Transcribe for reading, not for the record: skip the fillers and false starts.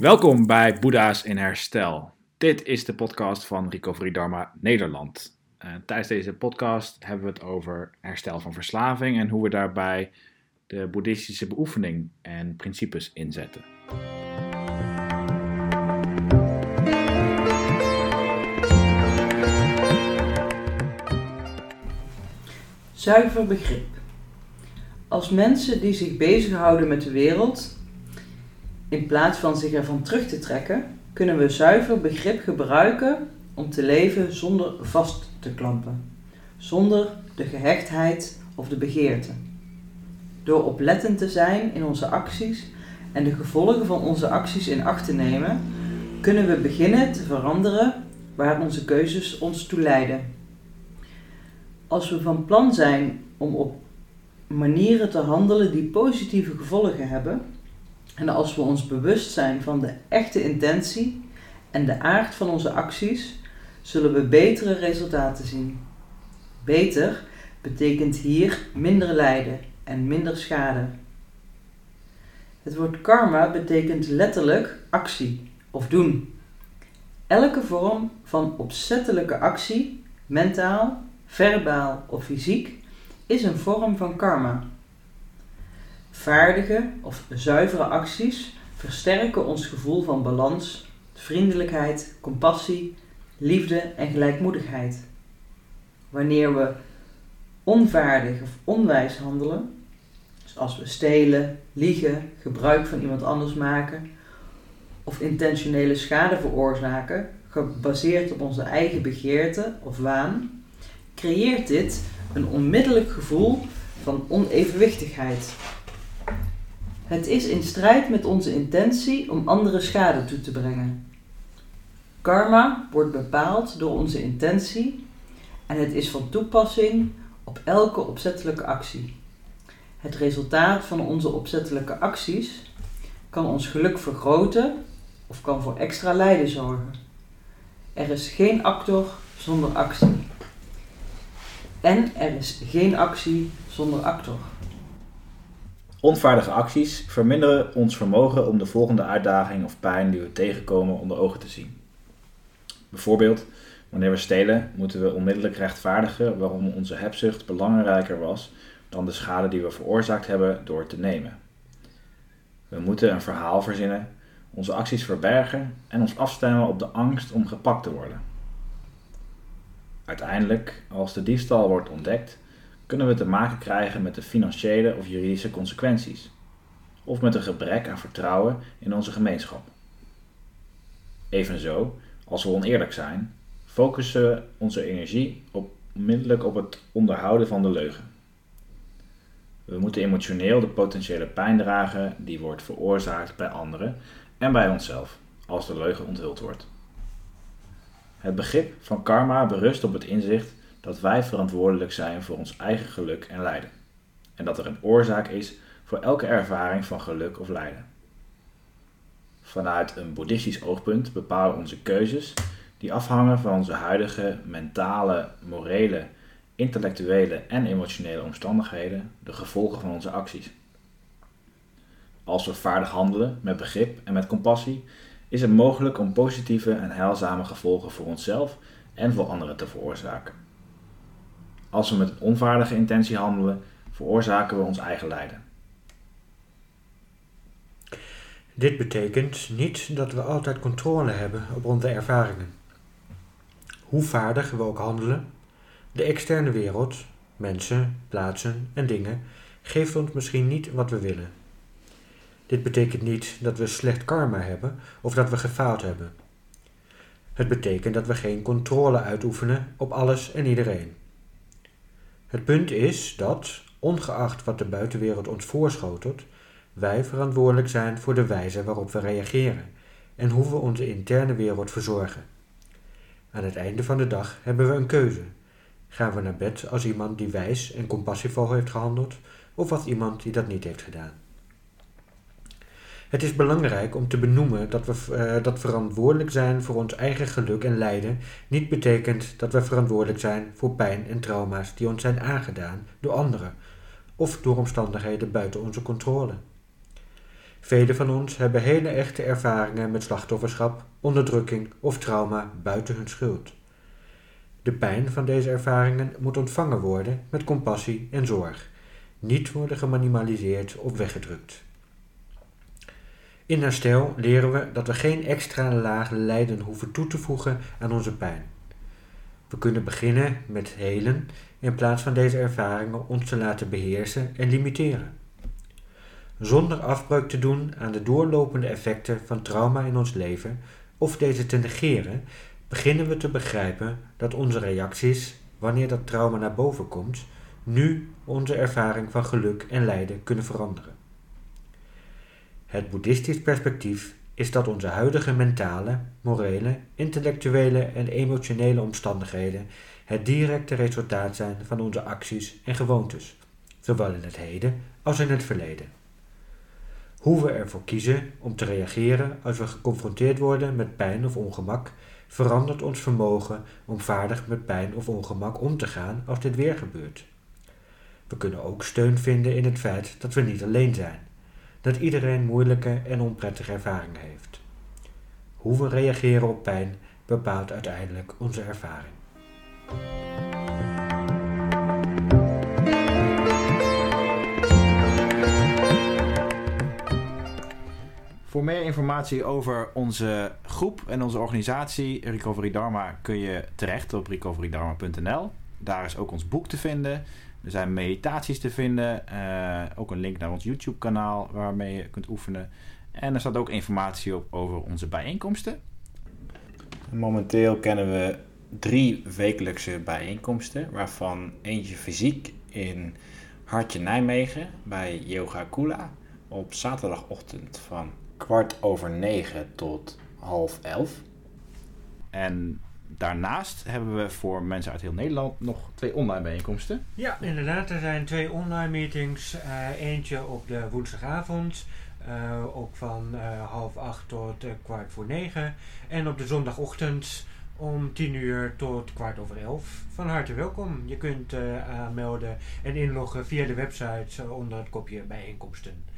Welkom bij Boeddha's in Herstel. Dit is de podcast van Recovery Dharma Nederland. Tijdens deze podcast hebben we het over herstel van verslaving en hoe we daarbij de boeddhistische beoefening en principes inzetten. Zuiver begrip. Als mensen die zich bezighouden met de wereld, in plaats van zich ervan terug te trekken, kunnen we zuiver begrip gebruiken om te leven zonder vast te klampen, zonder de gehechtheid of de begeerte. Door oplettend te zijn in onze acties en de gevolgen van onze acties in acht te nemen, kunnen we beginnen te veranderen waar onze keuzes ons toe leiden. Als we van plan zijn om op manieren te handelen die positieve gevolgen hebben, en als we ons bewust zijn van de echte intentie en de aard van onze acties, zullen we betere resultaten zien. Beter betekent hier minder lijden en minder schade. Het woord karma betekent letterlijk actie of doen. Elke vorm van opzettelijke actie, mentaal, verbaal of fysiek, is een vorm van karma. Vaardige of zuivere acties versterken ons gevoel van balans, vriendelijkheid, compassie, liefde en gelijkmoedigheid. Wanneer we onvaardig of onwijs handelen, zoals we stelen, liegen, gebruik van iemand anders maken of intentionele schade veroorzaken, gebaseerd op onze eigen begeerte of waan, creëert dit een onmiddellijk gevoel van onevenwichtigheid. Het is in strijd met onze intentie om anderen schade toe te brengen. Karma wordt bepaald door onze intentie en het is van toepassing op elke opzettelijke actie. Het resultaat van onze opzettelijke acties kan ons geluk vergroten of kan voor extra lijden zorgen. Er is geen actor zonder actie. En er is geen actie zonder actor. Onvaardige acties verminderen ons vermogen om de volgende uitdaging of pijn die we tegenkomen onder ogen te zien. Bijvoorbeeld, wanneer we stelen, moeten we onmiddellijk rechtvaardigen waarom onze hebzucht belangrijker was dan de schade die we veroorzaakt hebben door te nemen. We moeten een verhaal verzinnen, onze acties verbergen en ons afstemmen op de angst om gepakt te worden. Uiteindelijk, als de diefstal wordt ontdekt, kunnen we te maken krijgen met de financiële of juridische consequenties, of met een gebrek aan vertrouwen in onze gemeenschap. Evenzo, als we oneerlijk zijn, focussen we onze energie onmiddellijk op het onderhouden van de leugen. We moeten emotioneel de potentiële pijn dragen die wordt veroorzaakt bij anderen en bij onszelf, als de leugen onthuld wordt. Het begrip van karma berust op het inzicht dat wij verantwoordelijk zijn voor ons eigen geluk en lijden. En dat er een oorzaak is voor elke ervaring van geluk of lijden. Vanuit een boeddhistisch oogpunt bepalen onze keuzes, die afhangen van onze huidige mentale, morele, intellectuele en emotionele omstandigheden, de gevolgen van onze acties. Als we vaardig handelen met begrip en met compassie, is het mogelijk om positieve en heilzame gevolgen voor onszelf en voor anderen te veroorzaken. Als we met een onvaardige intentie handelen, veroorzaken we ons eigen lijden. Dit betekent niet dat we altijd controle hebben op onze ervaringen. Hoe vaardig we ook handelen, de externe wereld, mensen, plaatsen en dingen, geeft ons misschien niet wat we willen. Dit betekent niet dat we slecht karma hebben of dat we gefaald hebben. Het betekent dat we geen controle uitoefenen op alles en iedereen. Het punt is dat, ongeacht wat de buitenwereld ons voorschotelt, wij verantwoordelijk zijn voor de wijze waarop we reageren en hoe we onze interne wereld verzorgen. Aan het einde van de dag hebben we een keuze. Gaan we naar bed als iemand die wijs en compassievol heeft gehandeld of als iemand die dat niet heeft gedaan? Het is belangrijk om te benoemen dat verantwoordelijk zijn voor ons eigen geluk en lijden niet betekent dat we verantwoordelijk zijn voor pijn en trauma's die ons zijn aangedaan door anderen of door omstandigheden buiten onze controle. Velen van ons hebben hele echte ervaringen met slachtofferschap, onderdrukking of trauma buiten hun schuld. De pijn van deze ervaringen moet ontvangen worden met compassie en zorg, niet worden geminimaliseerd of weggedrukt. In herstel leren we dat we geen extra laag lijden hoeven toe te voegen aan onze pijn. We kunnen beginnen met helen in plaats van deze ervaringen ons te laten beheersen en limiteren. Zonder afbreuk te doen aan de doorlopende effecten van trauma in ons leven of deze te negeren, beginnen we te begrijpen dat onze reacties, wanneer dat trauma naar boven komt, nu onze ervaring van geluk en lijden kunnen veranderen. Het boeddhistisch perspectief is dat onze huidige mentale, morele, intellectuele en emotionele omstandigheden het directe resultaat zijn van onze acties en gewoontes, zowel in het heden als in het verleden. Hoe we ervoor kiezen om te reageren als we geconfronteerd worden met pijn of ongemak, verandert ons vermogen om vaardig met pijn of ongemak om te gaan als dit weer gebeurt. We kunnen ook steun vinden in het feit dat we niet alleen zijn, dat iedereen moeilijke en onprettige ervaringen heeft. Hoe we reageren op pijn bepaalt uiteindelijk onze ervaring. Voor meer informatie over onze groep en onze organisatie Recovery Dharma kun je terecht op recoverydharma.nl. Daar is ook ons boek te vinden. Er zijn meditaties te vinden. Ook een link naar ons YouTube kanaal waarmee je kunt oefenen. En er staat ook informatie op over onze bijeenkomsten. Momenteel kennen we 3 wekelijkse bijeenkomsten, waarvan eentje fysiek in Hartje Nijmegen bij Yoga Kula op zaterdagochtend van 9:15 tot 10:30. En daarnaast hebben we voor mensen uit heel Nederland nog 2 online bijeenkomsten. Ja, inderdaad. Er zijn 2 online meetings. Eentje op de woensdagavond, ook van 7:30 tot 9:15. En op de zondagochtend om 10:00 tot 11:15. Van harte welkom. Je kunt aanmelden en inloggen via de website onder het kopje bijeenkomsten.